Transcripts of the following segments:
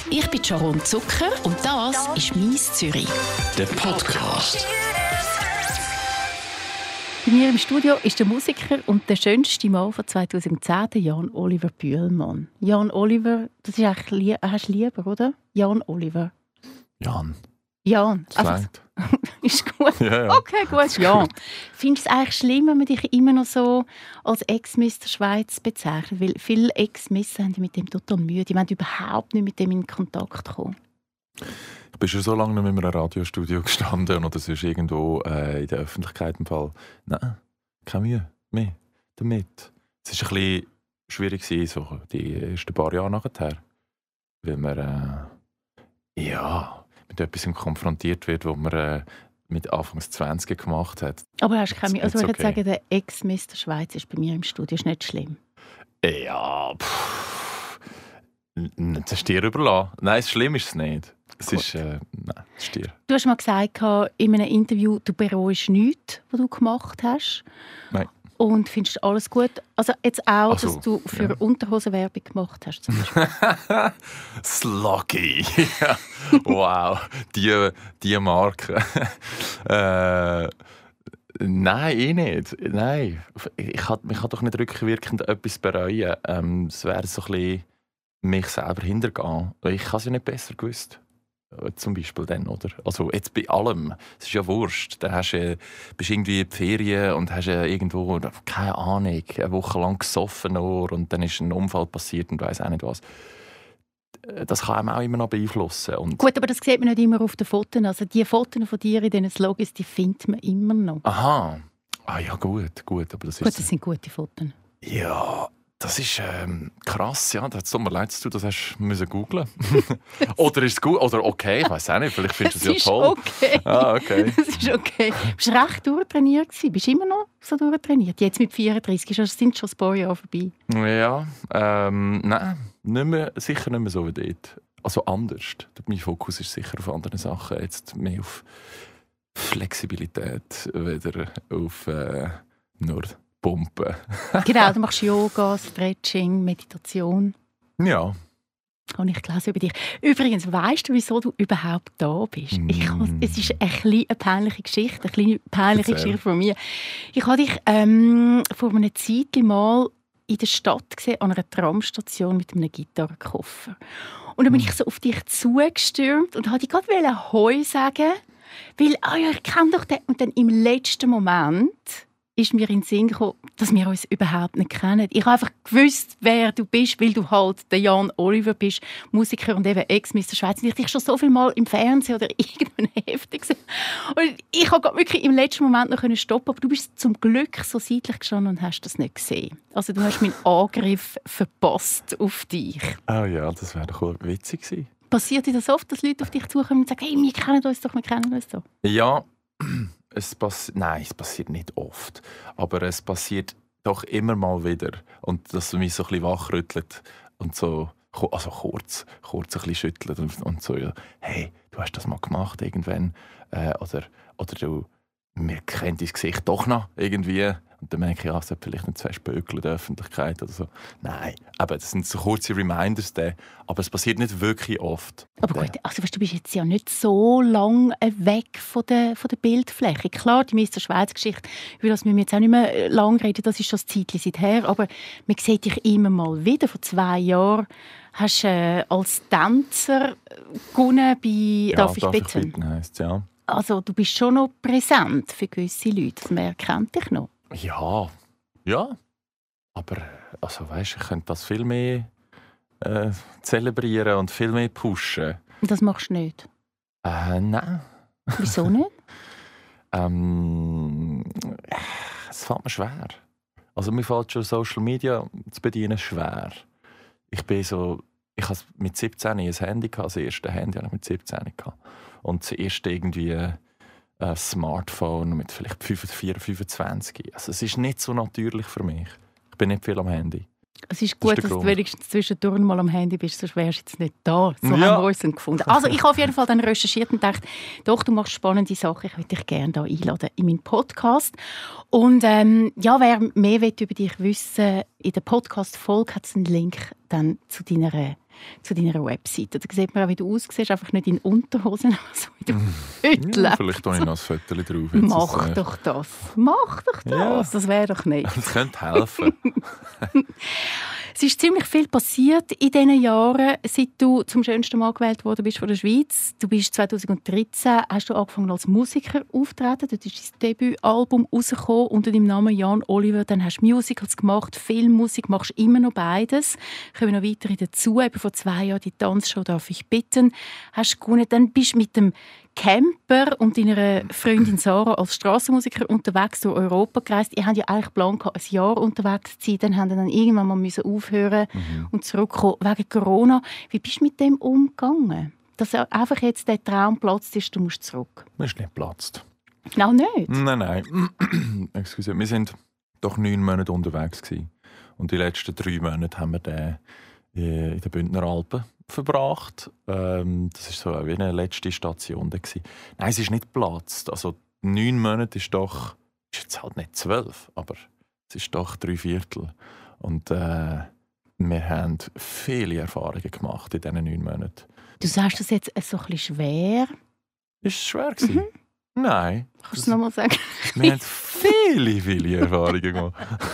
Ich bin Sharon Zucker und das ist «Mies Zürich». Der Podcast. Bei mir im Studio ist der Musiker und der schönste Mann von 2010, Jan Oliver Bühlmann. Jan Oliver, das ist eigentlich hast du lieber, oder? Jan Oliver. Jan. Ist gut. Ja. Okay, gut. Jan. Findest du es eigentlich schlimm, wenn man dich immer noch so als Ex-Mister Schweiz bezeichnet? Weil viele Ex-Mister haben mit dem total Mühe. Die wollen überhaupt nicht mit dem in Kontakt kommen. Ich bin schon so lange nicht mehr in einem Radiostudio gestanden oder sonst irgendwo in der Öffentlichkeit im Fall. Nein, keine Mühe mehr damit. Es war ein bisschen schwierig, so die ersten paar Jahre nachher. Weil man mit etwas konfrontiert wird, was man mit Anfangs 20 gemacht hat. Aber hast du keine Mühe? Also ich würde okay sagen, der Ex-Mister Schweiz ist bei mir im Studio. Ist nicht schlimm. Ja, das ist dir überlassen. Nein, schlimm ist es nicht. Es ist dir. Du hast mal gesagt in einem Interview, du bereust nichts, was du gemacht hast. Nein. Und findest alles gut. Also jetzt auch, dass du für Unterhosenwerbung gemacht hast. Zum Beispiel. Sluggy. Wow, die Marke. Nein, nicht. Nein. Ich kann doch nicht rückwirkend etwas bereuen. Es wäre so ein bisschen mich selber hintergehen. Ich habe es ja nicht besser gewusst. Zum Beispiel dann, oder? Also jetzt bei allem. Es ist ja wurscht. Dann bist du irgendwie in die Ferien und hast irgendwo, keine Ahnung, eine Woche lang gesoffen und dann ist ein Unfall passiert und weiss auch nicht was. Das kann einem auch immer noch beeinflussen. Und Gut, aber das sieht man nicht immer auf den Fotos. Also die Fotos von dir in diesen Slogans, die findet man immer noch. Aha. Ah ja, gut. Aber das Gut, das sind gute Fotos. Ja, das ist krass, ja. Das tut mir leid, dass du das hast googeln musst. Oder ist es gut? Oder okay, ich weiß auch nicht. Vielleicht findest du es ja toll. Okay. Ah, okay. Das ist okay. Du warst recht durchtrainiert. Bist du immer noch so durchtrainiert? Jetzt mit 34 sind schon ein paar Jahre vorbei. Ja, nein, sicher nicht mehr so wie dort. Also anders. Mein Fokus ist sicher auf andere Sachen. Jetzt mehr auf Flexibilität, weder auf nur Pumpen. Genau, du machst Yoga, Stretching, Meditation. Ja. Habe ich gelesen über dich. Übrigens, weißt du, wieso du überhaupt da bist? Es ist eine peinliche Geschichte, Geschichte von mir. Ich habe dich vor einer Zeit mal in der Stadt gesehen, an einer Tramstation mit einem Gitarrenkoffer. Und dann bin ich so auf dich zugestürmt und wollte gerade «Hoi» sagen, weil ich kenne doch den. Und dann im letzten Moment ist mir in den Sinn gekommen, dass wir uns überhaupt nicht kennen. Ich habe einfach gewusst, wer du bist, weil du halt der Jan Oliver bist, Musiker und eben Ex-Mister Schweiz. Und ich dich schon so viel Mal im Fernsehen oder irgendeinem Heft gesehen. Und ich konnte wirklich im letzten Moment noch stoppen, aber du bist zum Glück so seitlich gestanden und hast das nicht gesehen. Also du hast meinen Angriff verpasst auf dich. Oh ja, das wäre doch witzig gewesen. Passiert dir das oft, dass Leute auf dich zukommen und sagen, hey, wir kennen uns doch. Ja, es passiert nicht oft. Aber es passiert doch immer mal wieder. Und dass es mich so ein bisschen wachrüttelt und so, also kurz ein bisschen schüttelt und so, ja, hey, du hast das mal gemacht irgendwann. Oder du, wir kennen dein Gesicht doch noch irgendwie. Und dann merke ich, es sollte vielleicht nicht zu spökeln in der Öffentlichkeit oder so. Nein, aber das sind so kurze Reminders, aber es passiert nicht wirklich oft. Aber gut, also du bist jetzt ja nicht so lang weg von der Bildfläche. Klar, die Mister Schweiz-Geschichte, über das müssen wir jetzt auch nicht mehr lang reden, das ist schon ein Zeitchen seither, aber man sieht dich immer mal wieder. Vor 2 Jahren hast du als Tänzer gewonnen bei «Darf ich bitten?» heisst, ja. Also du bist schon noch präsent für gewisse Leute, also man erkennt dich noch. Ja. Aber also, weißt, ich könnte das viel mehr zelebrieren und viel mehr pushen. Und das machst du nicht? Nein. Wieso nicht? Es fällt mir schwer. Also mir fällt schon Social Media zu bedienen schwer. Ich hatte mit 17 ein Handy, das erste Handy hatte ich mit 17 gehabt. Und das erste irgendwie ein Smartphone mit vielleicht 25. Also es ist nicht so natürlich für mich. Ich bin nicht viel am Handy. Es ist gut, dass du wenigstens zwischendurch mal am Handy bist, sonst wärst du jetzt nicht da. So haben wir uns gefunden. Also ich habe auf jeden Fall dann recherchiert und gedacht, doch, du machst spannende Sachen, ich würde dich gerne hier einladen in meinen Podcast. Und wer mehr über dich wissen will, in der Podcast-Folge hat es einen Link dann zu deiner zu deiner Webseite. Da sieht man auch, wie du aussiehst, einfach nicht in Unterhosen, so wie du heute lebst. Vielleicht tue ich noch ein Foto drauf. Mach doch das. Mach doch das. Ja. Das wäre doch nicht. Das könnte helfen. Es ist ziemlich viel passiert in diesen Jahren, seit du zum schönsten Mann gewählt worden bist von der Schweiz. Du bist 2013 hast du angefangen als Musiker auftreten. Dort ist dein Debütalbum rausgekommen unter dem Namen Jan Oliver. Dann hast du Musicals gemacht, Filmmusik, machst immer noch beides. Kommen noch weitere dazu. Eben vor 2 Jahren die Tanzshow «Darf ich bitten» hast du gewonnen. Dann bist du mit dem Camper und deiner Freundin Sarah als Strassenmusiker unterwegs durch Europa gereist. Ihr habt ja eigentlich geplant, ein Jahr unterwegs zu sein. Dann haben dann irgendwann mal aufhören und zurückkommen wegen Corona. Wie bist du mit dem umgegangen? Dass einfach jetzt der Traum platzt ist, du musst zurück. Man ist nicht geplatzt. Nein, nicht? Nein. Excuse. Wir sind doch 9 Monate unterwegs gewesen. Und die letzten 3 Monate haben wir den in den Bündner Alpen verbracht. Das war so wie eine letzte Station. Nein, es ist nicht geplatzt. Also 9 Monate ist jetzt halt nicht 12, aber es ist doch 3/4. Und wir haben viele Erfahrungen gemacht in diesen 9 Monaten. Du sagst das jetzt so ein bisschen schwer. Ist es schwer gewesen? Nein. Kannst du es nochmal sagen? Wir haben viele Erfahrungen gemacht.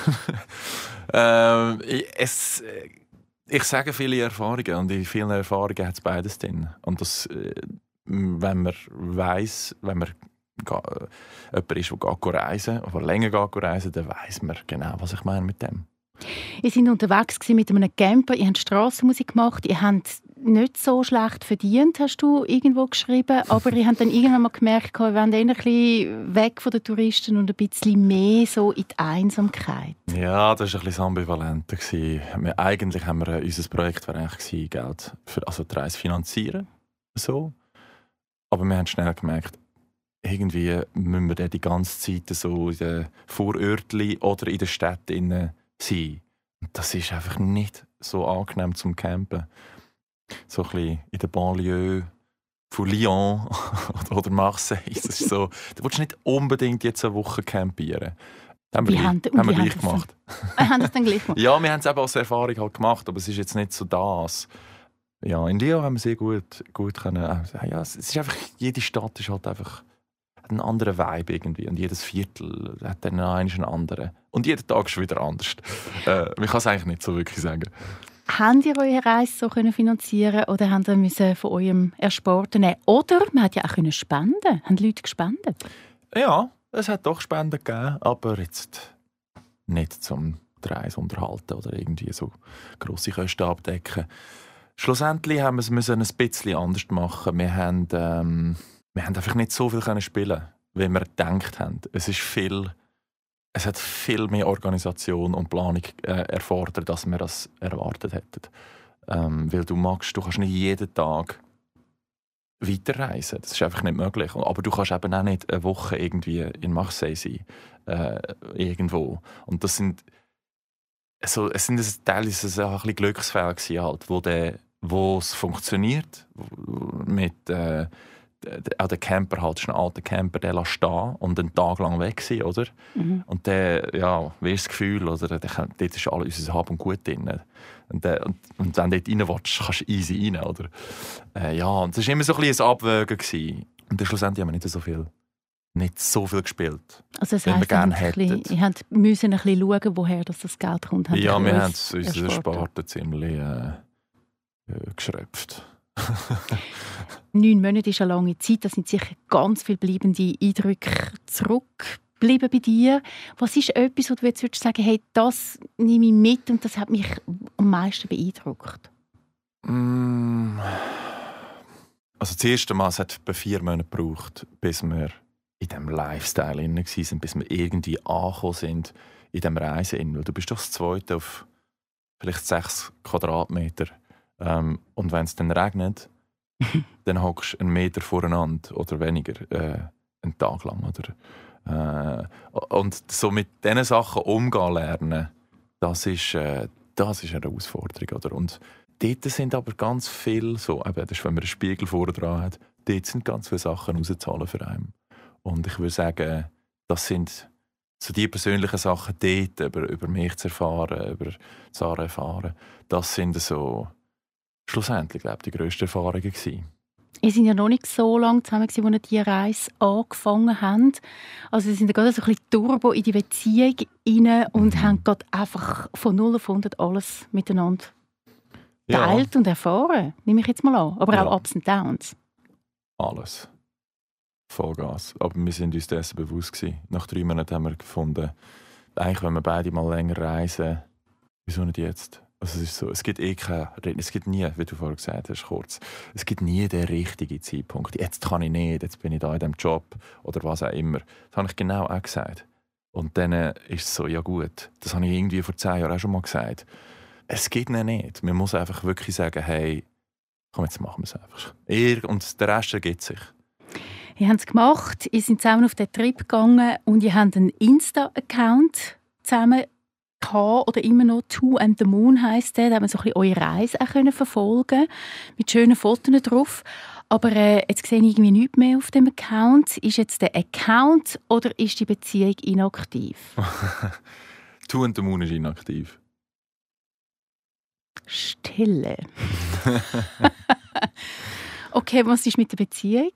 Ich sage viele Erfahrungen und in vielen Erfahrungen hat es beides drin. Und das, wenn man weiss, wenn man jemand ist, der reisen geht, oder länger reisen, dann weiss man genau, was ich meine mit dem. Ihr seid unterwegs mit einem Camper, ihr habt Strassenmusik gemacht, ihr habt nicht so schlecht verdient, hast du irgendwo geschrieben, aber ihr habt dann irgendwann mal gemerkt, wir wollen ein bisschen weg von den Touristen und ein bisschen mehr so in die Einsamkeit. Ja, das war ein bisschen ambivalent. Eigentlich haben wir unser Projekt war eigentlich Geld für die Reise finanzieren. So. Aber wir haben schnell gemerkt, irgendwie müssen wir die ganze Zeit so in den Vorörtchen oder in der Stadt sein. Und das ist einfach nicht so angenehm zum Campen. So ein bisschen in der Banlieue von Lyon oder Marseille. Das ist so, du willst nicht unbedingt jetzt eine Woche campieren. Haben wir gleich gemacht. Haben das dann gleich gemacht? Ja, wir haben es eben als Erfahrung halt gemacht, aber es ist jetzt nicht so das. Ja, in Lyon haben wir sehr gut können. Ja, es ist einfach, jede Stadt ist halt einfach einen anderen Vibe irgendwie. Und jedes Viertel hat dann einen anderen. Und jeder Tag ist wieder anders. Man kann es eigentlich nicht so wirklich sagen. Habt ihr eure Reise so finanzieren oder habt ihr von eurem Ersparten nehmen? Oder man hat ja auch spenden. Haben Leute gespendet? Ja, es hat doch Spenden gegeben, aber jetzt nicht zum die Reise unterhalten oder irgendwie so grosse Kosten abdecken. Schlussendlich haben wir es ein bisschen anders machen. Wir haben einfach nicht so viel spielen, wie wir gedacht haben. Es hat viel mehr Organisation und Planung erfordert, als wir das erwartet hätten. Weil du kannst nicht jeden Tag weiterreisen. Das ist einfach nicht möglich. Aber du kannst eben auch nicht eine Woche irgendwie in Marseille sein. Irgendwo. Und das sind teilweise ein bisschen Glücksfälle gewesen, halt, wo es funktioniert. Mit auch der Camper, halt ist ein alter Camper, der lässt stehen und einen Tag lang weg sein, oder? Mhm. Und der, ja, wie ist das Gefühl, oder? Dort ist alles unser Hab und Gut drin. Und wenn du dort rein willst, kannst du easy rein, oder? Ja, und das war immer so ein bisschen ein Abwägen gewesen. Und schlussendlich haben wir nicht so viel gespielt. Also das heisst, ihr müsst ein bisschen schauen, woher das Geld kommt. Ja, wir haben es uns Ersparten ziemlich geschröpft. 9 Monate ist eine lange Zeit. Da sind sicher ganz viele bleibende Eindrücke zurückgeblieben bei dir. Was ist etwas, wo du jetzt sagen würdest, hey, das nehme ich mit und das hat mich am meisten beeindruckt? Also das erste Mal, es hat bei 4 Monaten gebraucht, bis wir in diesem Lifestyle waren, bis wir irgendwie angekommen sind in diesem Reisen. Weil du bist doch das Zweite auf vielleicht 6 Quadratmeter. Und wenn es dann regnet, dann hockst du 1 Meter voreinander oder weniger einen Tag lang. Oder? Und so mit diesen Sachen umgehen lernen, das ist eine Herausforderung. Oder? Und dort sind aber ganz viele, so, das ist, wenn man einen Spiegel vorne dran hat, dort sind ganz viele Sachen rauszahlen für einen. Und ich würde sagen, das sind so die persönlichen Sachen dort, über mich zu erfahren, über Sarah erfahren, das sind so schlussendlich, glaube ich, die grössten Erfahrungen gewesen. Ihr seid ja noch nicht so lange zusammen, als ihr diese Reise angefangen habt. Also Sie sind ja gerade so ein bisschen turbo in die Beziehung rein und haben gerade einfach von 0 auf 100 alles miteinander geteilt und erfahren, nehme ich jetzt mal an. Aber auch Ups und Downs. Alles. Vollgas. Aber wir sind uns dessen bewusst gewesen. Nach 3 Monaten haben wir gefunden, eigentlich, wenn wir beide mal länger reisen, wieso nicht jetzt? Also es ist so, es gibt es gibt nie, wie du vorhin gesagt hast, kurz, es gibt nie den richtigen Zeitpunkt. Jetzt kann ich nicht, jetzt bin ich da in diesem Job oder was auch immer. Das habe ich genau auch gesagt. Und dann ist es so, ja gut, das habe ich irgendwie vor 10 Jahren auch schon mal gesagt. Es geht nicht. Man muss einfach wirklich sagen, hey, komm, jetzt machen wir es einfach. Und der Rest ergibt sich. Ihr habt es gemacht, ihr seid zusammen auf den Trip gegangen und ihr habt einen Insta-Account zusammen gehabt, oder immer noch «Two and the Moon» heisst der. Da haben wir so ein bisschen eure Reise auch verfolgen mit schönen Fotos drauf. Aber jetzt sehe ich irgendwie nichts mehr auf dem Account. Ist jetzt der Account oder ist die Beziehung inaktiv? «Two and the Moon» ist inaktiv. Stille. Okay, was ist mit der Beziehung?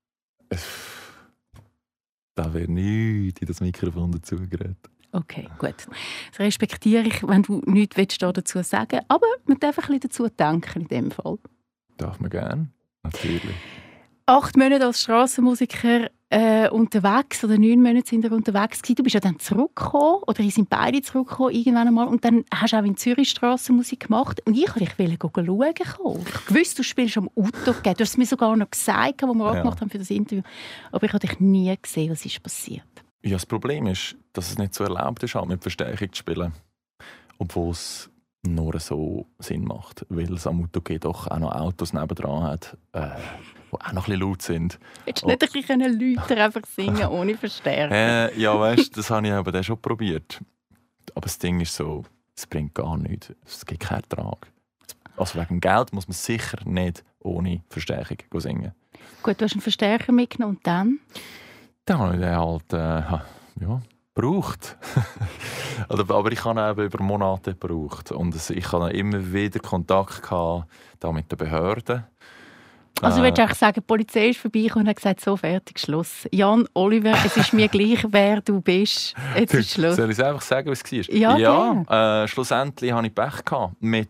Da wäre nichts in das Mikrofon dazugeredet. Okay, gut. Das respektiere ich, wenn du nichts dazu sagen willst. Aber man darf ein bisschen dazu denken in dem Fall. Darf man gerne, natürlich. 8 Monate als Strassenmusiker unterwegs, oder 9 Monate sind wir unterwegs gewesen. Du bist ja dann zurückgekommen, oder wir sind beide zurückgekommen irgendwann einmal. Und dann hast du auch in Zürich Strassenmusik gemacht. Und ich wollte dich schauen kommen. Ich wusste, du spielst am Auto. Du hast es mir sogar noch gesagt, als wir angemacht haben für das Interview. Aber ich habe dich nie gesehen, was ist passiert. Ja, das Problem ist, dass es nicht so erlaubt ist, mit Verstärkung zu spielen. Obwohl es nur so Sinn macht. Weil es am AutoG doch auch noch Autos nebendran hat, die auch noch ein bisschen laut sind. Hättest du nicht ein bisschen Leute einfach singen ohne Verstärker? Ja, weißt du, das habe ich aber dann schon probiert. Aber das Ding ist so, es bringt gar nichts. Es gibt keinen Ertrag. Also wegen Geld muss man sicher nicht ohne Verstärkung singen. Gut, du hast einen Verstärker mitgenommen und dann? Dann habe ich den halt gebraucht. Aber ich habe ihn eben über Monate gebraucht. Und ich hatte immer wieder Kontakt mit den Behörden. Also willst du eigentlich sagen, die Polizei ist vorbeigekommen und hat gesagt, so, fertig, Schluss. Jan, Oliver, es ist mir gleich, wer du bist. Jetzt ist Schluss. Soll ich es einfach sagen, wie es war? Ja, schlussendlich hatte ich Pech gehabt mit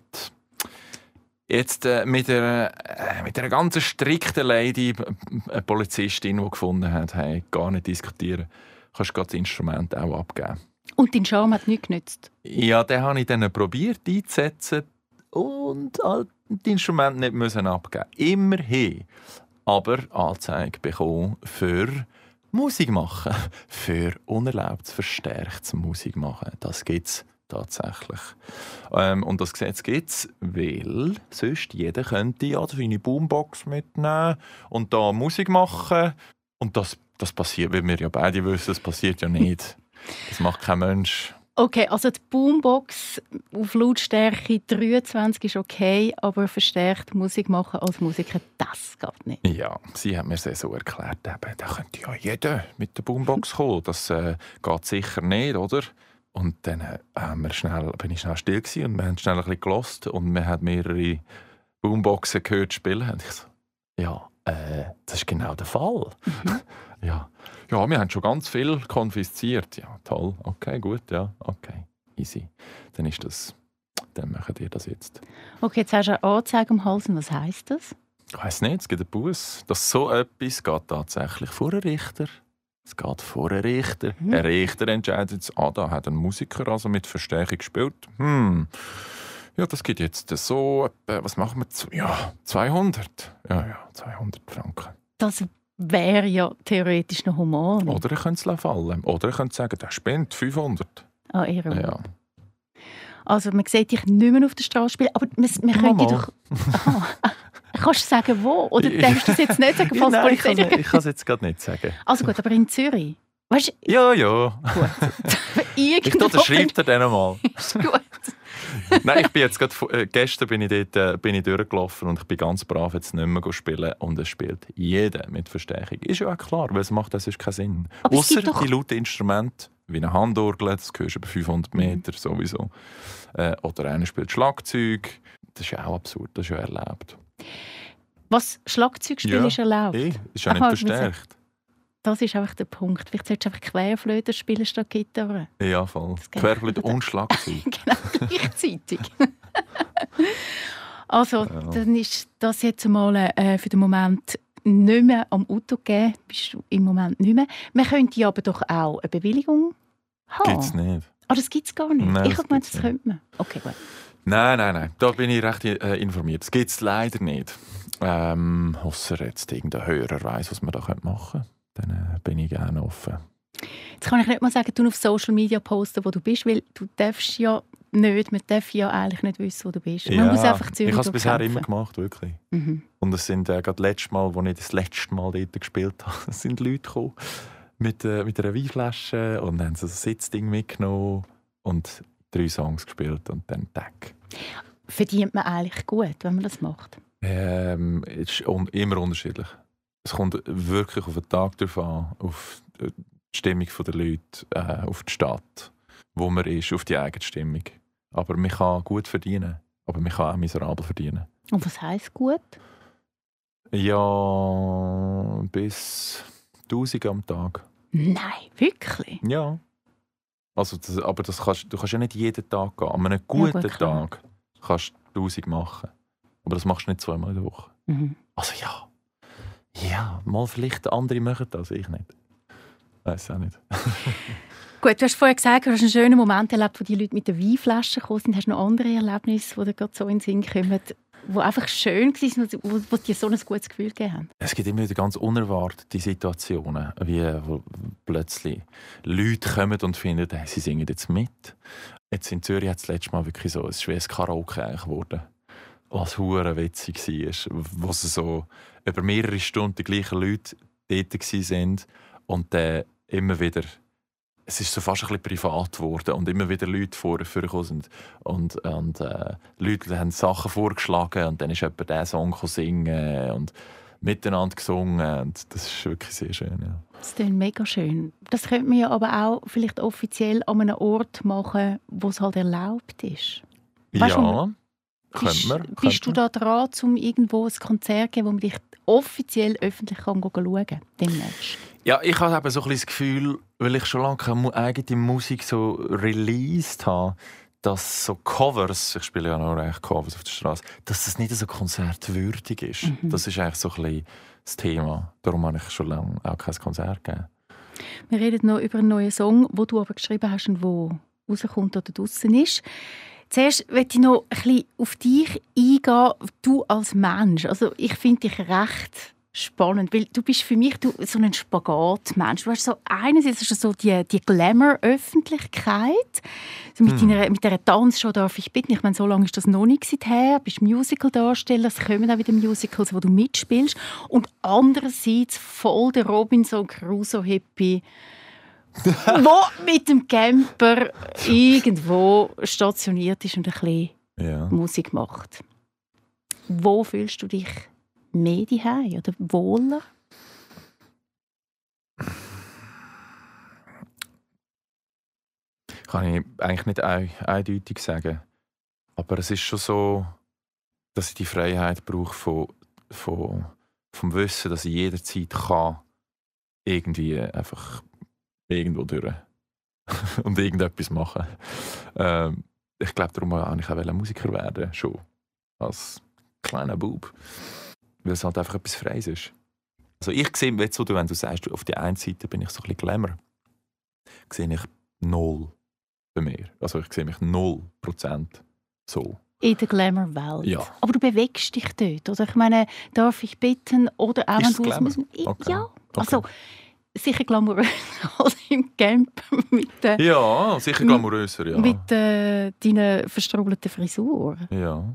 einer ganz strikten Lady, eine Polizistin, die gefunden hat, hey, gar nicht diskutieren. Du kannst gerade das Instrument auch abgeben. Und dein Charme hat nichts genützt? Ja, den habe ich dann probiert einzusetzen und das Instrument nicht müssen abgeben. Immerhin. Aber Anzeige bekommen für Musik machen. Für unerlaubtes, verstärktes Musik machen. Das gibt es tatsächlich. Und das Gesetz gibt es, weil sonst jeder könnte ja seine Boombox mitnehmen und da Musik machen. Und das passiert, wie wir ja beide wissen, das passiert ja nicht. Das macht kein Mensch. Okay, also die Boombox auf Lautstärke 23 ist okay, aber verstärkt Musik machen als Musiker, das geht nicht. Ja, sie hat mir das so erklärt, da könnte ja jeder mit der Boombox kommen. Das geht sicher nicht, oder? Und dann bin ich schnell still gewesen und wir haben schnell ein bisschen gehört und wir haben mehrere Boomboxen gehört spielen. Und ich so, ja, das ist genau der Fall. Ja, wir haben schon ganz viel konfisziert. Ja, toll. Okay, gut, ja, okay. Easy. Dann machen wir das jetzt. Okay, jetzt hast du eine Anzeige am Hals. Und was heisst das? Ich weiss nicht, es gibt einen Buß. Dass so etwas geht tatsächlich vor einen Richter. Es geht vor einen Richter. Ein Richter entscheidet jetzt, da hat ein Musiker also mit Verstärkung gespielt. Ja, das geht jetzt so, was machen wir? Ja, 200. Ja, 200 Franken. Das wäre ja theoretisch noch human. Oder ihr könnt es fallen. Oder ihr könnt sagen, der spinnt 500. Ah, irre. Ja. Also man sieht dich nicht mehr auf der Straße spielen, aber wir können doch... Kannst du sagen, wo? Oder denkst du das jetzt nicht sagen, falls Nein, Polizei... ich kann es jetzt gerade nicht sagen. Also gut, aber in Zürich? Weißt, ja. Gut. Ich schreibe dir dann mal. Ist gut. Nein, ich bin jetzt gerade, gestern bin ich durchgelaufen und ich bin ganz brav jetzt nicht mehr spielen und es spielt jeder mit Verstärkung. Ist ja auch klar, weil es macht das keinen Sinn. Ausser die lauten Instrumente, wie eine Handorgel, das hörst du über 500 Meter sowieso. Oder einer spielt Schlagzeug. das ist ja auch absurd, das ist ja erlaubt. Was Schlagzeugspiel ist erlaubt? Ist ja nicht verstärkt. Das ist einfach der Punkt. Vielleicht solltest du einfach Querflöte spielen statt Gitarre. Ja, voll. Querflöte und Schlagzeug. Genau, gleichzeitig. Also, dann ist das jetzt mal für den Moment nicht mehr am Auto geben. Bist du im Moment nicht mehr. Man könnte aber doch auch eine Bewilligung haben. Gibt es nicht. Ah, das gibt es gar nicht? Nein, ich habe gemeint, das könnte man. Okay, gut. Nein. Da bin ich recht informiert. Das gibt es leider nicht. Ausser jetzt irgendein Hörer weiss, was man da machen könnte. Dann bin ich gerne offen. Jetzt kann ich nicht mal sagen, du auf Social Media posten, wo du bist, weil du darfst ja nicht, man darf ja eigentlich nicht wissen, wo du bist. Man muss einfach Zürich ich habe es bisher immer gemacht, wirklich. Mhm. Und es sind gerade letztes Mal, als ich das letzte Mal dort gespielt habe, sind Leute gekommen mit einer Weinflasche und haben so ein Sitzding mitgenommen und 3 Songs gespielt und dann Tag. Verdient man eigentlich gut, wenn man das macht? Es ist immer unterschiedlich. Es kommt wirklich auf den Tag drauf an, auf die Stimmung der Leute, auf die Stadt, wo man ist, auf die eigene Stimmung. Aber man kann gut verdienen, aber man kann auch miserabel verdienen. Und was heisst gut? Ja, bis 1000 am Tag. Nein, wirklich? Ja. Also aber du kannst ja nicht jeden Tag gehen. An einem guten Tag kannst du 1000 machen. Aber das machst du nicht 2-mal in der Woche. Mhm. Also ja. Ja, mal vielleicht andere machen das, ich nicht. Weiß auch nicht. Gut, du hast vorher gesagt, du hast einen schönen Moment erlebt, wo die Leute mit den Weinflaschen gekommen sind. Hast du noch andere Erlebnisse, die dir gerade so in den Sinn kommen, die einfach schön waren, wo dir so ein gutes Gefühl gegeben haben? Es gibt immer wieder ganz unerwartete Situationen, wie wo plötzlich Leute kommen und finden, hey, sie singen jetzt mit. Jetzt in Zürich hat es letztes Mal wirklich so, es ist wie ein Karaoke geworden. Was hure witzig war, wo sie so über mehrere Stunden die gleichen Leute dort waren und immer wieder, es ist so fast ein bisschen privat geworden und immer wieder Leute vorgekommen sind und Leute haben Sachen vorgeschlagen und dann ist jemand diesen Song singen und miteinander gesungen und das ist wirklich sehr schön. Ja. Das klingt mega schön. Das könnte man ja aber auch vielleicht offiziell an einem Ort machen, wo es halt erlaubt ist. Weißt ja. Bist du da dran, um irgendwo ein Konzert zu geben, wo man dich offiziell öffentlich schauen kann? Demnächst? Ja, ich habe eben so ein bisschen das Gefühl, weil ich schon lange keine eigene Musik so released habe, dass so Covers, ich spiele ja noch eigentlich Covers auf der Straße, dass das nicht so konzertwürdig ist. Mhm. Das ist eigentlich so ein bisschen das Thema. Darum habe ich schon lange auch kein Konzert gegeben. Wir reden noch über einen neuen Song, den du aber geschrieben hast und der rauskommt oder draussen ist. Zuerst möchte ich noch ein bisschen auf dich eingehen, du als Mensch. Also ich finde dich recht spannend, weil du bist für mich so ein Spagatmensch. Du hast so einerseits hast du so die Glamour-Öffentlichkeit. Also mit dieser Tanzshow «Darf ich bitten?» Ich meine, so lange ist das noch nicht her. Du bist Musical-Darsteller, es kommen auch wieder Musicals, wo du mitspielst. Und andererseits voll der Robinson Crusoe-Hippie, wo mit dem Camper irgendwo stationiert ist und ein bisschen Musik macht. Wo fühlst du dich mehr daheim oder wohler? Kann ich eigentlich nicht eindeutig sagen. Aber es ist schon so, dass ich die Freiheit brauche vom Wissen, dass ich jederzeit kann irgendwie einfach irgendwo durch und irgendetwas machen. Ich glaube, darum wollte ich auch Musiker werden, schon als kleiner Bub. Weil es halt einfach etwas Freies ist. Also ich sehe, wenn du sagst, auf der einen Seite bin ich so ein bisschen Glamour, sehe ich 0 bei mir. Also ich sehe mich 0% so. In der Glamour-Welt. Ja. Aber du bewegst dich dort, oder? Ich meine, «Darf ich bitten?» oder auch wenn du es okay. Ja, also sicher glamourös als im Camp mit ja, sicher glamouröser, ja. Mit deiner verstrubelten Frisur. Ja.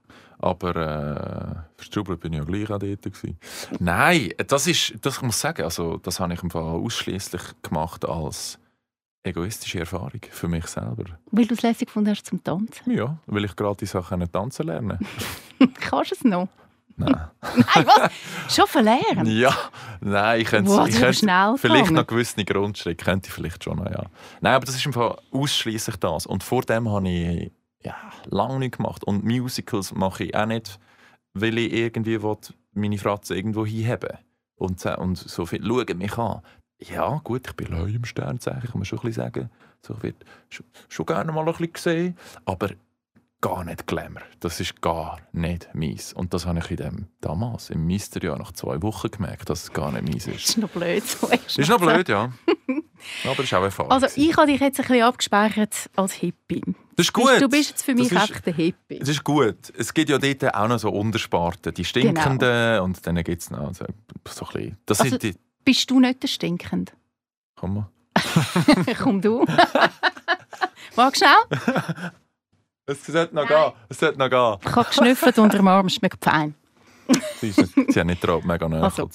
Aber verstrubelt bin ich ja gleich auch dort gewesen. Nein, das ich muss sagen, also, das habe ich im Fall ausschliesslich gemacht als egoistische Erfahrung für mich selber. Weil du es lässig gefunden hast zum Tanzen? Ja, weil ich gratis auch tanzen lernen Kannst du es noch? Nein. Nein, was? Schon verlernen? Ja, nein, ich könnte vielleicht noch gewisse Grundschritte, könnte ich vielleicht schon noch, ja. Nein, aber das ist im Fall ausschliesslich das. Und vor dem habe ich lange nicht gemacht. Und Musicals mache ich auch nicht, weil ich irgendwie meine Fratzen irgendwo hinheben und so viel schauen mich an. Ja, gut, ich bin Leu im Sternzeichen, kann man schon ein bisschen sagen. So, ich werde schon gerne mal ein bisschen gesehen, aber gar nicht Glamour. Das ist gar nicht meins. Und das habe ich damals, im Meisterjahr, nach 2 Wochen gemerkt, dass es gar nicht meins ist. Das ist noch blöd. So ist noch blöd, ja. Aber es ist auch Erfahrung. Also ich habe dich jetzt ein bisschen abgespeichert als Hippie. Das ist gut. Du bist jetzt für mich einfach der Hippie. Das ist gut. Es gibt ja dort auch noch so Untersparten. Die Stinkenden und dann gibt es noch so ein bisschen... Das also, sind die... Bist du nicht der Stinkende? Komm mal. Komm du. Magst du schnell? Es sollte noch gehen. Es sollte noch gehen. Ich habe geschnüffelt unter dem Arm, schmeckt fein. Sie hat nicht drauf, mega nahe. Also.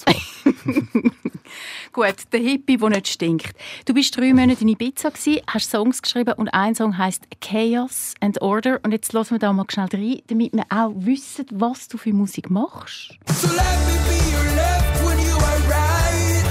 Gut, der Hippie, der nicht stinkt. Du warst 3 Monate in Ibiza, hast Songs geschrieben und ein Song heisst «Chaos and Order». Und jetzt hören wir da mal schnell rein, damit wir auch wissen, was du für Musik machst. So let me be your left when you are right.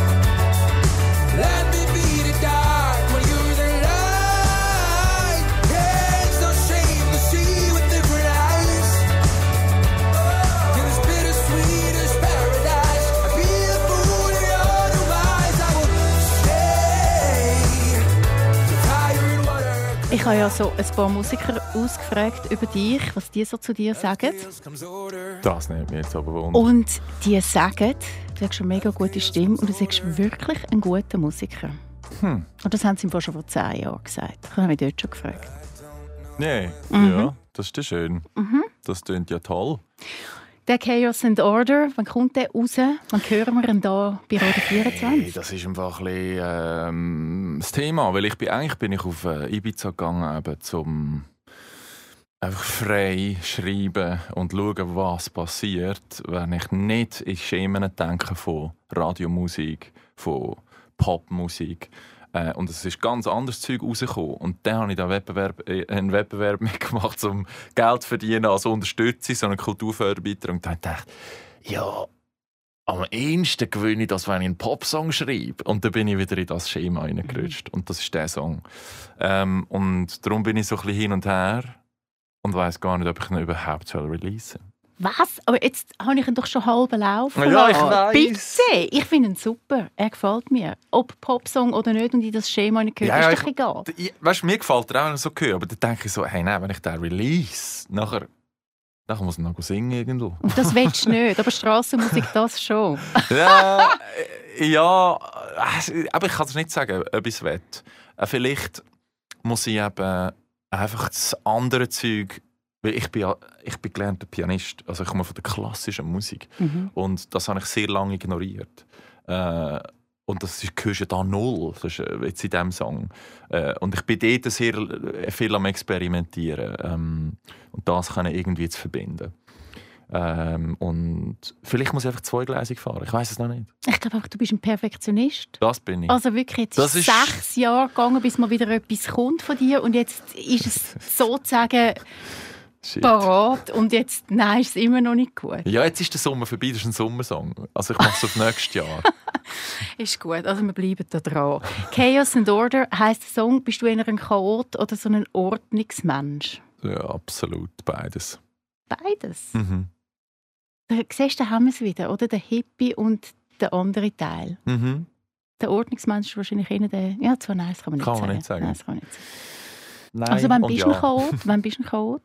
Let me be the dark when you're the light. Yeah, it's no shame to see with different eyes. In this bittersweet as paradise, I'd be a fool in your device. I will stay to fire and water. Ich habe ja so ein paar Musiker ausgefragt über dich, was die so zu dir sagen. Das nimmt mich jetzt aber wunder. Und die sagen, du hast eine mega gute Stimme und du bist wirklich ein guter Musiker. Und das haben sie ihm schon vor 10 Jahren gesagt. Ich habe mich dort schon gefragt. Nee, ja, das ist schön. Das klingt ja toll. Der «Chaos and Order», wann kommt der raus? Wann hören wir ihn da bei Radio 24? Hey, das ist einfach ein bisschen, das Thema, weil eigentlich bin ich auf Ibiza gegangen, eben, zum einfach frei schreiben und schauen, was passiert, wenn ich nicht in Schemen denke von Radiomusik, von Popmusik. Und es ist ganz anderes Zeug rausgekommen. Und dann habe ich da einen Wettbewerb mitgemacht, um Geld zu verdienen als Unterstützung, so einen Kulturförderbeitrag. Und dann dachte ich, ja, am ehesten gewinne ich das, wenn ich einen Popsong schreibe. Und dann bin ich wieder in das Schema reingerutscht. Und das ist der Song. Und darum bin ich so ein bisschen hin und her und weiss gar nicht, ob ich ihn überhaupt releasen soll. Was? Aber jetzt habe ich ihn doch schon halb laufen. Ja, ich weiss. Bitte! Ich finde ihn super. Er gefällt mir. Ob Popsong oder nicht und in das Schema nicht gehört, ist doch egal. Weißt, mir gefällt er auch, wenn ich so höre. Aber dann denke ich so, hey, nein, wenn ich den release, nachher muss ich noch singen irgendwo. Und das willst du nicht, aber Strassenmusik das schon. Ja, aber ich kann es nicht sagen, ob ich es will. Vielleicht muss ich eben einfach das andere Zeug. Weil ich bin gelernter Pianist, also ich komme von der klassischen Musik. Und das habe ich sehr lange ignoriert. Und das hörst du da null, das ist jetzt in diesem Song. Und ich bin dort sehr viel am Experimentieren. Und das kann ich irgendwie zu verbinden. Und vielleicht muss ich einfach zweigleisig fahren, ich weiss es noch nicht. Ich glaube auch, du bist ein Perfektionist. Das bin ich. Also wirklich, jetzt ist 6 Jahre gegangen, bis mal wieder etwas kommt von dir und jetzt ist es sozusagen parat und jetzt, nein, ist es immer noch nicht gut. Ja, jetzt ist der Sommer vorbei, das ist ein Sommersong. Also ich mache es auf nächstes Jahr. Ist gut, also wir bleiben da dran. «Chaos and Order» heisst der Song. Bist du eher ein Chaot oder so ein Ordnungsmensch? Ja, absolut, beides. Beides? Da siehst du, da haben wir es wieder, oder? Der Hippie und der andere Teil. Der Ordnungsmensch ist wahrscheinlich eher der... Ja, zwar nein, das kann man nicht sagen. Nein, das kann man nicht sagen. Nein, also wann bist du ein Chaot? Wann bist du ein Chaot?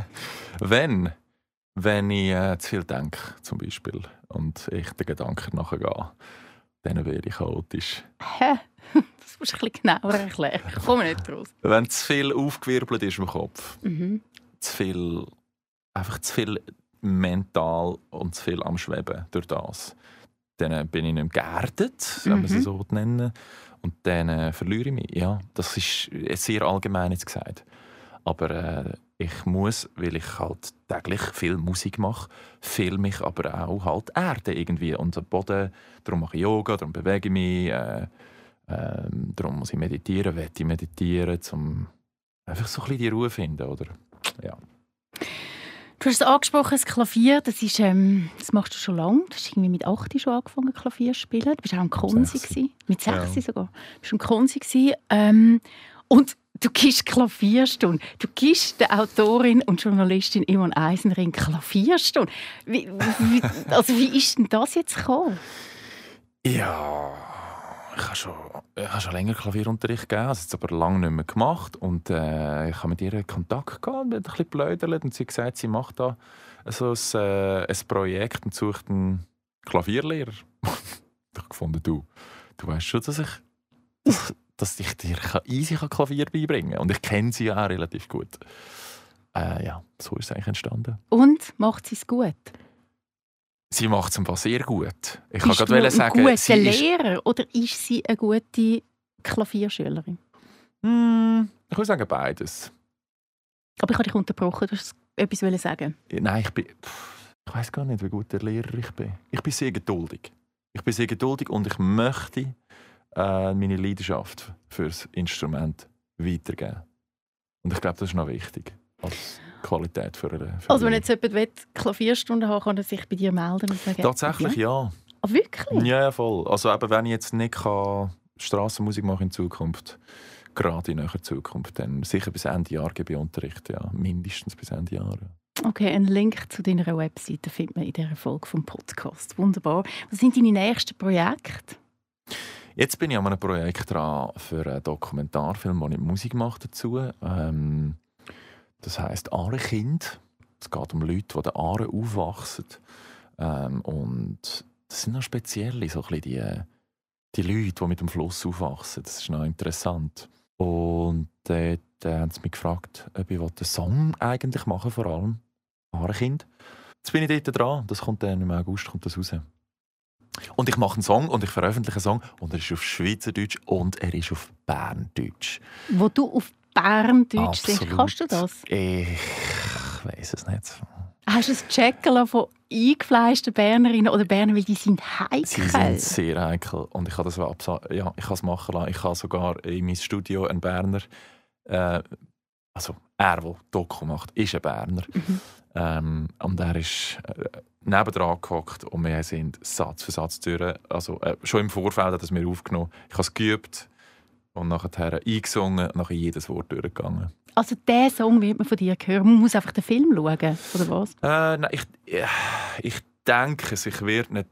Wenn ich zu viel denke, zum Beispiel, und ich den Gedanken nachgehe, dann werde ich chaotisch. Hä? Das musst du ein bisschen genauer erklären. Ich komme nicht raus. Wenn zu viel aufgewirbelt ist im Kopf, zu viel mental und zu viel am Schweben durch das, dann bin ich nicht mehr geerdet, wenn man es so nennen. Und dann verliere ich mich. Ja, das ist sehr allgemein jetzt gesagt. Aber ich muss, weil ich halt täglich viel Musik mache, viel mich aber auch halt erden irgendwie. Und am Boden, darum mache ich Yoga, darum bewege ich mich, darum muss ich meditieren, will ich meditieren, um einfach so ein bisschen die Ruhe zu finden, oder? Ja. Du hast es angesprochen, das Klavier, das machst du schon lange. Du hast irgendwie mit 8 schon angefangen, Klavier zu spielen. Du warst auch im Konsi. Mit 6 sogar. Du warst im Konsi. Und Du gibst Klavierstunden. Du gibst der Autorin und Journalistin Yvonne Eisenring Klavierstunden. Wie ist denn das jetzt gekommen? Ja, ich habe schon länger Klavierunterricht gegeben, also jetzt aber lange nicht mehr gemacht. Und ich habe mit ihr in Kontakt gehabt, ein bisschen geplaudert und sie hat gesagt, sie macht da so ein Projekt und sucht einen Klavierlehrer. Ich habe gefunden, du weißt schon, dass ich dir easy Klavier beibringen kann. Und ich kenne sie ja auch relativ gut. Ja, so ist es eigentlich entstanden. Und macht sie es gut? Sie macht es einfach sehr gut. Ich Bist kann du gerade ein sagen, guter Lehrer oder ist sie eine gute Klavierschülerin? Ich würde sagen beides. Aber ich habe dich unterbrochen, du wolltest etwas sagen. Nein, ich weiss gar nicht, wie gut der Lehrer ich bin. Ich bin sehr geduldig. Und ich möchte meine Leidenschaft für das Instrument weitergeben. Und ich glaube, das ist noch wichtig als Qualität für also wenn jetzt jemand Klavierstunden haben will, kann er sich bei dir melden und sagen? Tatsächlich ja. Ah, wirklich? Ja, voll. Also eben, wenn ich jetzt nicht Strassenmusik mache in Zukunft, gerade in näherer Zukunft, dann sicher bis Ende Jahr gebe ich Unterricht. Ja. Mindestens bis Ende Jahr. Ja. Okay, einen Link zu deiner Webseite findet man in dieser Folge vom Podcast. Wunderbar. Was sind deine nächsten Projekte? Jetzt bin ich an einem Projekt dran für einen Dokumentarfilm, wo ich Musik mache dazu. Das heisst «Ahrenkind». Es geht um Leute, die den Aaren aufwachsen. Und das sind noch spezielle, so ein bisschen die Leute, die mit dem Fluss aufwachsen. Das ist noch interessant. Und dort haben sie mich gefragt, ob ich einen Song eigentlich machen vor allem «Ahrenkind». Jetzt bin ich dort dran. Das kommt dann im August raus. Und ich mache einen Song und ich veröffentliche einen Song und er ist auf Schweizerdeutsch und er ist auf Berndeutsch. Wo du auf Berndeutsch singst, kannst du das? Ich weiss es nicht. Hast du ein Checken von eingefleischten Bernerinnen oder Berner, weil die sind heikel? Sie sind sehr heikel und ich habe das ich habe es machen lassen. Ich habe sogar in meinem Studio einen Berner, also er, der Doku macht, ist ein Berner. Und er ist nebendran gehockt und wir sind Satz für Satz durch. Also schon im Vorfeld hat es mir aufgenommen. Ich habe es geübt und nachher eingesungen und nachher jedes Wort durchgegangen. Also diesen Song wird man von dir hören. Man muss einfach den Film schauen, oder was? Nein, ich denke es. Ich werde nicht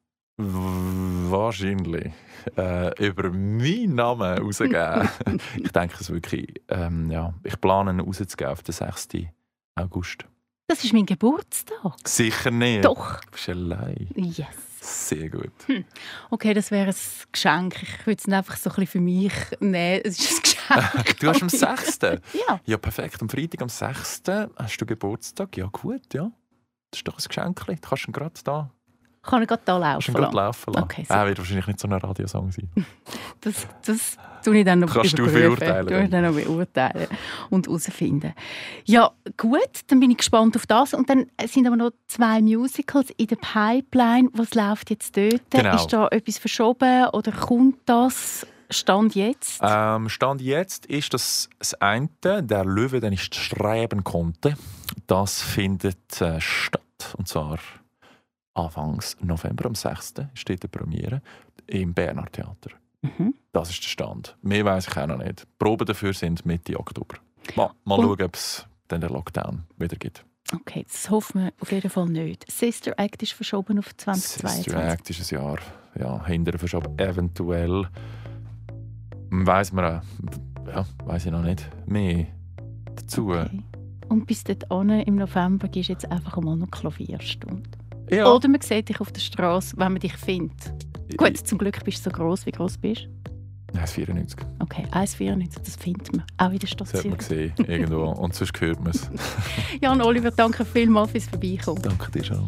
wahrscheinlich über meinen Namen rausgeben. Ich denke es wirklich. Ich plane ihn rauszugeben auf den 6. August. Das ist mein Geburtstag. Sicher nicht. Doch. Du bist allein. Yes. Sehr gut. Okay, das wäre ein Geschenk. Ich würde es einfach so ein bisschen für mich nehmen. Es ist ein Geschenk. Du hast am 6. Ja. Ja, perfekt. Am Freitag, am 6. hast du Geburtstag. Ja, gut, ja. Das ist doch ein Geschenk. Du kannst ihn gerade da. Kann ich gerade da laufen lassen? Okay, so. Wird wahrscheinlich nicht so ein Radiosong sein. Das tue ich dann noch kannst du beurteilen und herausfinden. Ja, gut, dann bin ich gespannt auf das. Und dann sind aber noch 2 Musicals in der Pipeline. Was läuft jetzt dort? Genau. Ist da etwas verschoben oder kommt das Stand jetzt? Stand jetzt ist das eine, «Der Löwe, den ich schreiben konnte». Das findet statt, und zwar Anfangs November, am 6. steht die Premiere im Berner Theater. Das ist der Stand. Mehr weiss ich auch noch nicht. Die Proben dafür sind Mitte Oktober. Mal schauen, ob es dann den Lockdown wieder gibt. Okay, das hoffen wir auf jeden Fall nicht. Sister Act ist verschoben auf 2022. Sister Act ist ein Jahr hinterher verschoben. Eventuell weiss man weiss ich noch nicht mehr dazu. Okay. Und bis dahin im November gibst du jetzt einfach mal noch Klavierstunde. Ja. Oder man sieht dich auf der Straße, wenn man dich findet. Gut, zum Glück bist du so gross. Wie gross bist du? 1,94. Okay, 1,94, das findet man. Auch in der Stadt Das hat man Zürich. gesehen, irgendwo. Und sonst hört man es. Jan Oliver, danke vielmals fürs Vorbeikommen. Danke dir schon.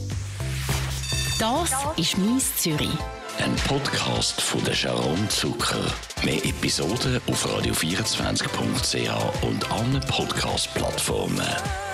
Das ist «Mies Zürich». Ein Podcast von der Sharon Zucker. Mehr Episoden auf radio24.ch und allen Podcast-Plattformen.